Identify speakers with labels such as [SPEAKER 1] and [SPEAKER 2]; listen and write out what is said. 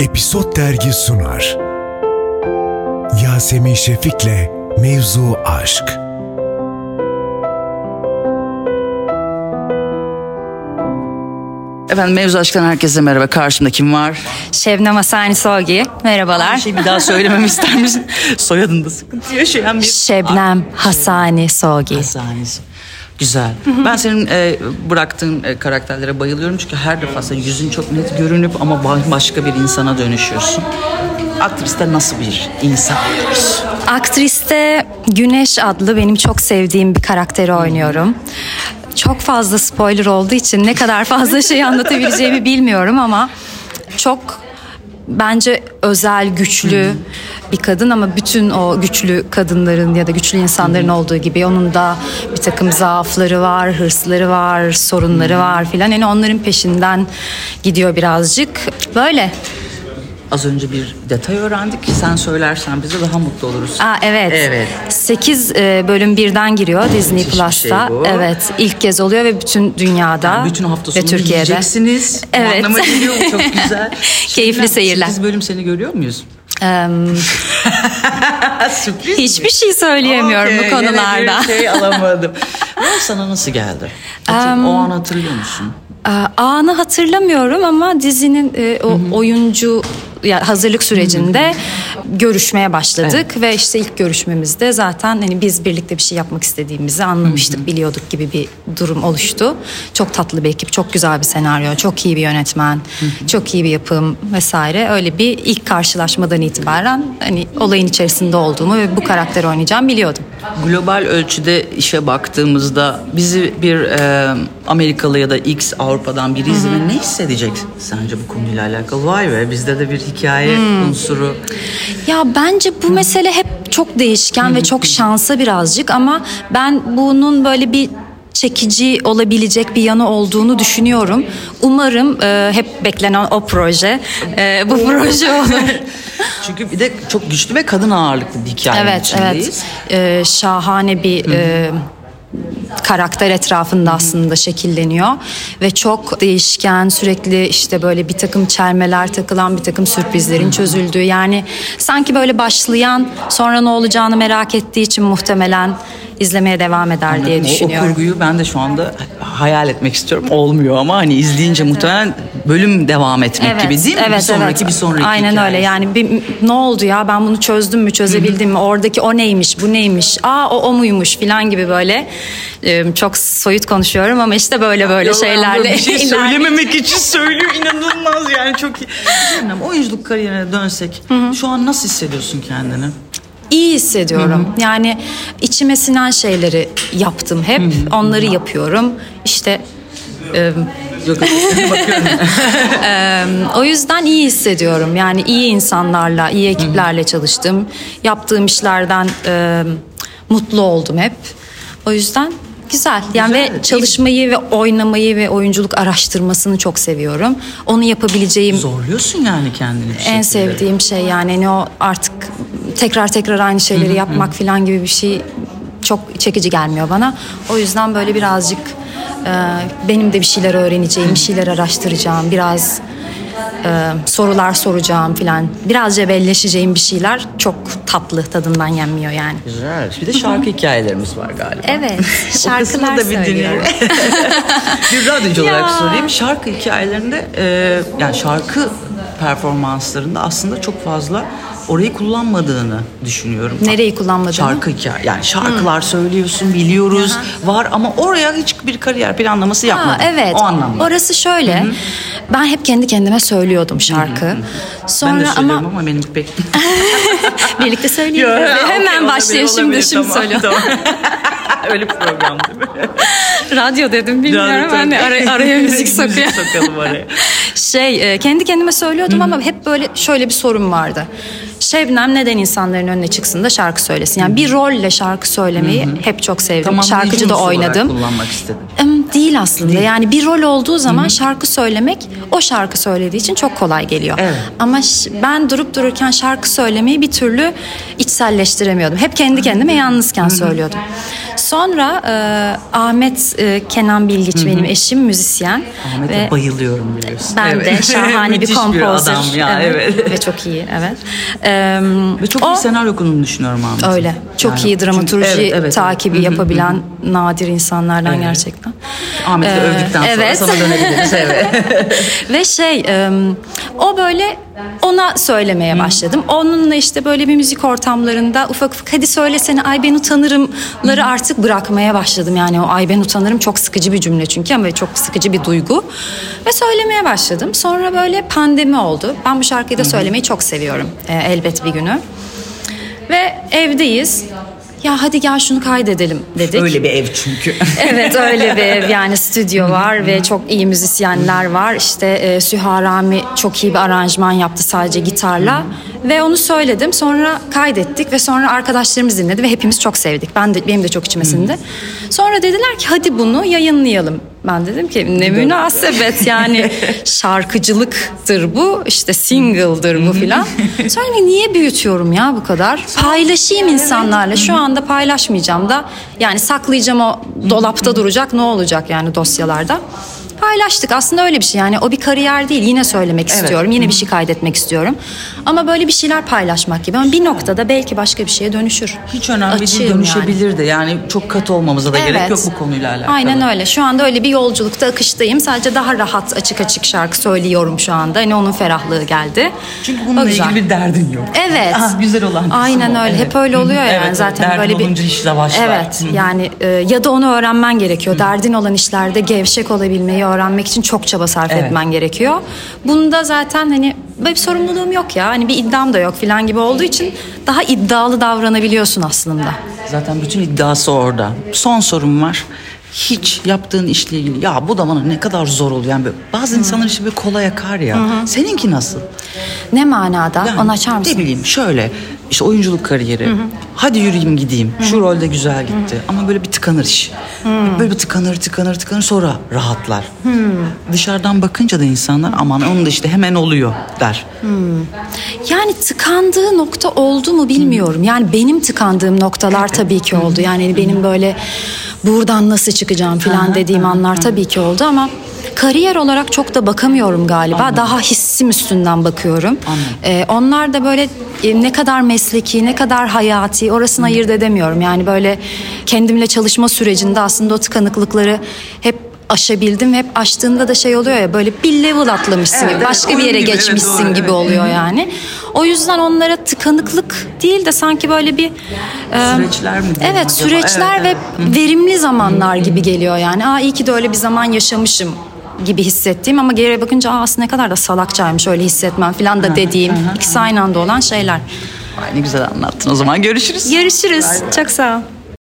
[SPEAKER 1] Episod Dergi sunar. Yasemin Şefik'le Mevzu Aşk.
[SPEAKER 2] Efendim Mevzu Aşk'tan herkese merhaba. Karşımda kim var?
[SPEAKER 3] Şebnem Hasani Sogi. Merhabalar.
[SPEAKER 2] Bir şey bir daha söylememi ister misin? Soyadında sıkıntı yaşayan bir...
[SPEAKER 3] Şebnem Hasani Sogi.
[SPEAKER 2] Hasanisi. Güzel. Ben senin bıraktığın karakterlere bayılıyorum. Çünkü her defasında yüzün çok net görünüp ama başka bir insana dönüşüyorsun. Aktriste nasıl bir insan oluyorsun?
[SPEAKER 3] Aktriste Güneş adlı benim çok sevdiğim bir karakteri oynuyorum. Çok fazla spoiler olduğu için ne kadar fazla şey anlatabileceğimi bilmiyorum ama çok bence özel, güçlü bir kadın ama bütün o güçlü kadınların ya da güçlü insanların olduğu gibi onun da bir takım zaafları var, hırsları var, sorunları var filan. Yani onların peşinden gidiyor birazcık. Böyle.
[SPEAKER 2] Az önce bir detay öğrendik. Sen söylersen bize daha mutlu oluruz.
[SPEAKER 3] Evet.
[SPEAKER 2] Evet.
[SPEAKER 3] 8 bölüm birden giriyor Disney
[SPEAKER 2] Müthiş bir
[SPEAKER 3] Plus'ta.
[SPEAKER 2] şey bu.
[SPEAKER 3] Evet, ilk kez oluyor ve bütün dünyada
[SPEAKER 2] Yani bütün hafta
[SPEAKER 3] ve
[SPEAKER 2] sonu
[SPEAKER 3] Türkiye'de.
[SPEAKER 2] yiyeceksiniz.
[SPEAKER 3] Evet.
[SPEAKER 2] Anlama geliyor mu? Çok güzel.
[SPEAKER 3] Keyifli seyirler.
[SPEAKER 2] 8 bölüm seni görüyor muyuz? Sürpriz
[SPEAKER 3] Hiçbir
[SPEAKER 2] mi?
[SPEAKER 3] şey söyleyemiyorum bu konularda.
[SPEAKER 2] Yine bir şey alamadım. Rol sana nasıl geldi? O an hatırlıyor musun?
[SPEAKER 3] Anı hatırlamıyorum ama dizinin oyuncu hazırlık sürecinde görüşmeye başladık ve işte ilk görüşmemizde zaten hani biz birlikte bir şey yapmak istediğimizi anlamıştık, biliyorduk gibi bir durum oluştu. Çok tatlı bir ekip, çok güzel bir senaryo, çok iyi bir yönetmen, çok iyi bir yapım vesaire. Öyle bir ilk karşılaşmadan itibaren hani olayın içerisinde olduğumu ve bu karakteri oynayacağımı biliyordum.
[SPEAKER 2] Global ölçüde işe baktığımızda bizi bir Amerikalı ya da X Avrupa'dan biri izleme ne hissedecek sence bu konuyla alakalı? Vay be, bizde de bir hikaye unsuru.
[SPEAKER 3] Ya bence bu mesele hep çok değişken ve çok şansa birazcık ama ben bunun böyle bir çekici olabilecek bir yanı olduğunu düşünüyorum. Umarım hep beklenen o proje bu proje olur.
[SPEAKER 2] Çünkü bir de çok güçlü ve kadın ağırlıklı bir hikayenin içindeyiz.
[SPEAKER 3] Evet. Şahane bir karakter etrafında aslında şekilleniyor ve çok değişken, sürekli işte böyle bir takım çelmeler takılan, bir takım sürprizlerin çözüldüğü, yani sanki böyle başlayan sonra ne olacağını merak ettiği için muhtemelen izlemeye devam eder diye düşünüyorum.
[SPEAKER 2] O kurguyu ben de şu anda hayal etmek istiyorum. Olmuyor ama hani izleyince muhtemelen bölüm devam etmek gibi değil mi?
[SPEAKER 3] Evet,
[SPEAKER 2] bir sonraki
[SPEAKER 3] aynen
[SPEAKER 2] hikayesi.
[SPEAKER 3] öyle. Yani ne oldu ya, ben bunu çözdüm mü, çözebildim mi? Oradaki o neymiş, bu neymiş? O muymuş filan gibi böyle. Çok soyut konuşuyorum ama işte böyle şeylerle.
[SPEAKER 2] Bir şey söylememek için söylüyor, inanılmaz yani, çok iyi. Oyunculuk kariyerine dönsek şu an nasıl hissediyorsun kendini?
[SPEAKER 3] İyi hissediyorum. Yani içime sinen şeyleri yaptım hep. Onları yapıyorum. İşte
[SPEAKER 2] Yok, bakıyorum.
[SPEAKER 3] o yüzden iyi hissediyorum. Yani iyi insanlarla, iyi ekiplerle çalıştım. Yaptığım işlerden mutlu oldum hep. O yüzden güzel. Yani
[SPEAKER 2] Güzel,
[SPEAKER 3] ve çalışmayı ve oynamayı ve oyunculuk araştırmasını çok seviyorum. Onu yapabileceğim
[SPEAKER 2] Zorluyorsun yani kendini bir şekilde.
[SPEAKER 3] en sevdiğim şey, yani hani o artık tekrar aynı şeyleri yapmak falan gibi bir şey çok çekici gelmiyor bana. O yüzden böyle birazcık benim de bir şeyler öğreneceğim, bir şeyler araştıracağım, biraz sorular soracağım falan, biraz cebelleşeceğim bir şeyler çok tatlı, tadından yenmiyor yani.
[SPEAKER 2] Güzel. Bir de şarkı hikayelerimiz var galiba.
[SPEAKER 3] Evet,
[SPEAKER 2] O kısmı
[SPEAKER 3] şarkılar
[SPEAKER 2] da bir
[SPEAKER 3] söylüyorum.
[SPEAKER 2] Bir radyocu olarak sorayım. Şarkı hikayelerinde yani şarkı performanslarında aslında çok fazla orayı kullanmadığını düşünüyorum.
[SPEAKER 3] Nereyi kullanmadığını?
[SPEAKER 2] Şarkı hikaye. Yani şarkılar söylüyorsun, biliyoruz, var ama oraya hiçbir kariyer planlaması yapmadın.
[SPEAKER 3] Evet.
[SPEAKER 2] O anlamda.
[SPEAKER 3] Orası şöyle. Ben hep kendi kendime söylüyordum şarkı. Sonra
[SPEAKER 2] Ben de söylüyorum ama benim pek...
[SPEAKER 3] birlikte söyleyelim. Hemen başlayayım şimdi söylüyorum.
[SPEAKER 2] Tamam. Öyle bir program değil mi?
[SPEAKER 3] Radyo dedim, bilmiyorum. Ben de araya müzik sokuyorum.
[SPEAKER 2] Sokalım araya.
[SPEAKER 3] Kendi kendime söylüyordum ama hep böyle şöyle bir sorun vardı. Şebnem neden insanların önüne çıksın da şarkı söylesin? Yani bir rolle şarkı söylemeyi hep çok sevdim.
[SPEAKER 2] Tamamlayıcı
[SPEAKER 3] Şarkıcı da
[SPEAKER 2] unsur olarak
[SPEAKER 3] oynadım.
[SPEAKER 2] kullanmak istedim.
[SPEAKER 3] Değil aslında. Değil. Yani bir rol olduğu zaman şarkı söylemek o şarkı söylediği için çok kolay geliyor.
[SPEAKER 2] Evet.
[SPEAKER 3] Ama ben durup dururken şarkı söylemeyi bir türlü içselleştiremiyordum. Hep kendi kendime yalnızken söylüyordum. Sonra Ahmet Kenan Bilgiç benim eşim, müzisyen.
[SPEAKER 2] Ahmet'e bayılıyorum biliyorsun.
[SPEAKER 3] Ben de şahane bir
[SPEAKER 2] Müthiş
[SPEAKER 3] kompozör.
[SPEAKER 2] adam ya, evet.
[SPEAKER 3] Ve çok iyi, evet.
[SPEAKER 2] Ve çok iyi senaryo okuduğunu düşünüyorum Ahmet'in.
[SPEAKER 3] Öyle. Çok
[SPEAKER 2] Yani
[SPEAKER 3] iyi dramaturji
[SPEAKER 2] evet.
[SPEAKER 3] takibi yapabilen nadir insanlardan gerçekten.
[SPEAKER 2] Ahmet'i övdükten sonra
[SPEAKER 3] evet.
[SPEAKER 2] sana dönebiliriz. Evet.
[SPEAKER 3] Ve o böyle ona söylemeye başladım. Onunla işte böyle bir müzik ortamlarında ufak ufak hadi söylesene ay ben utanırımları artık bırakmaya başladım. Yani o ay ben utanırım çok sıkıcı bir cümle çünkü ama çok sıkıcı bir duygu. Ve söylemeye başladım. Sonra böyle pandemi oldu. Ben bu şarkıyı da söylemeyi çok seviyorum. Elbet bir günü. Ve evdeyiz. Ya hadi gel şunu kaydedelim dedik.
[SPEAKER 2] Öyle bir ev çünkü.
[SPEAKER 3] Evet öyle bir ev, yani stüdyo var ve çok iyi müzisyenler var. İşte Süharami çok iyi bir aranjman yaptı sadece gitarla ve onu söyledim. Sonra kaydettik ve sonra arkadaşlarımız dinledi ve hepimiz çok sevdik. Benim de çok içime sindi. Sonra dediler ki hadi bunu yayınlayalım. Ben dedim ki ne münasebet, yani şarkıcılıktır bu, işte single'dır bu filan. Sonra niye büyütüyorum ya bu kadar? Paylaşayım insanlarla. Şu anda paylaşmayacağım da, yani saklayacağım, o dolapta duracak, ne olacak yani dosyalarda. Paylaştık aslında, öyle bir şey yani, o bir kariyer değil, yine söylemek istiyorum, yine bir şey kaydetmek istiyorum ama böyle bir şeyler paylaşmak gibi ama bir noktada belki başka bir şeye dönüşür.
[SPEAKER 2] Hiç önemli değil,
[SPEAKER 3] Açığım
[SPEAKER 2] dönüşebilir de yani çok katı olmamıza da gerek
[SPEAKER 3] Evet.
[SPEAKER 2] yok bu konuyla alakalı.
[SPEAKER 3] Aynen öyle, şu anda öyle bir yolculukta, akıştayım, sadece daha rahat açık açık şarkı söylüyorum şu anda, hani onun ferahlığı geldi.
[SPEAKER 2] Çünkü
[SPEAKER 3] O
[SPEAKER 2] bununla
[SPEAKER 3] güzel.
[SPEAKER 2] ilgili bir derdin yok.
[SPEAKER 3] Evet.
[SPEAKER 2] Güzel olan kısmı
[SPEAKER 3] Aynen
[SPEAKER 2] o.
[SPEAKER 3] öyle.
[SPEAKER 2] Evet.
[SPEAKER 3] Hep öyle oluyor yani
[SPEAKER 2] Evet,
[SPEAKER 3] zaten
[SPEAKER 2] derdin
[SPEAKER 3] böyle bir.
[SPEAKER 2] olunca işte başlar.
[SPEAKER 3] Evet. Yani ya da onu öğrenmen gerekiyor. Derdin olan işlerde gevşek olabilmeyi öğrenmek için çok çaba sarf etmen gerekiyor. Bunda zaten hani böyle bir sorumluluğum yok ya. Hani bir iddiam da yok falan gibi olduğu için daha iddialı davranabiliyorsun aslında.
[SPEAKER 2] Zaten bütün iddiası orada. Son sorum var. Hiç yaptığın işle ilgili ya bu da bana ne kadar zor oluyor. Yani böyle, bazı insanlar işi böyle kolay akar ya. Seninki nasıl?
[SPEAKER 3] Ne manada?
[SPEAKER 2] Yani,
[SPEAKER 3] Onu açar mısın?
[SPEAKER 2] ne bileyim şöyle işte oyunculuk kariyeri. Hadi yürüyeyim gideyim. Şu rolde güzel gitti. Ama böyle bir tıkanır iş. Böyle bir tıkanır sonra rahatlar. Dışarıdan bakınca da insanlar aman onun da işte hemen oluyor der.
[SPEAKER 3] Yani tıkandığı nokta oldu mu bilmiyorum. Yani benim tıkandığım noktalar tabii ki oldu. Yani benim böyle buradan nasıl çıkacağım falan dediğim anlar tabii ki oldu ama kariyer olarak çok da bakamıyorum galiba.
[SPEAKER 2] Anladım.
[SPEAKER 3] Daha hissim üstünden bakıyorum. Onlar da böyle ne kadar mesleki, ne kadar hayati, orasını ayırt edemiyorum. Yani böyle kendimle çalışma sürecinde aslında o tıkanıklıkları hep aşabildim ve hep aştığında da şey oluyor ya, böyle bir level atlamışsın gibi, başka bir
[SPEAKER 2] onun
[SPEAKER 3] yere
[SPEAKER 2] gibi,
[SPEAKER 3] geçmişsin
[SPEAKER 2] evet, doğru,
[SPEAKER 3] gibi
[SPEAKER 2] evet.
[SPEAKER 3] oluyor yani. O yüzden onlara tıkanıklık değil de sanki böyle bir
[SPEAKER 2] Süreçler mi diyelim
[SPEAKER 3] evet,
[SPEAKER 2] acaba?
[SPEAKER 3] süreçler
[SPEAKER 2] Evet,
[SPEAKER 3] ve verimli zamanlar gibi geliyor yani. İyi ki de öyle bir zaman yaşamışım gibi hissettiğim ama geriye bakınca aslında ne kadar da salakçaymış öyle hissetmem falan da dediğim, ikisi aynı anda olan şeyler.
[SPEAKER 2] Ay ne güzel anlattın, o zaman görüşürüz.
[SPEAKER 3] Görüşürüz. Çok sağ ol.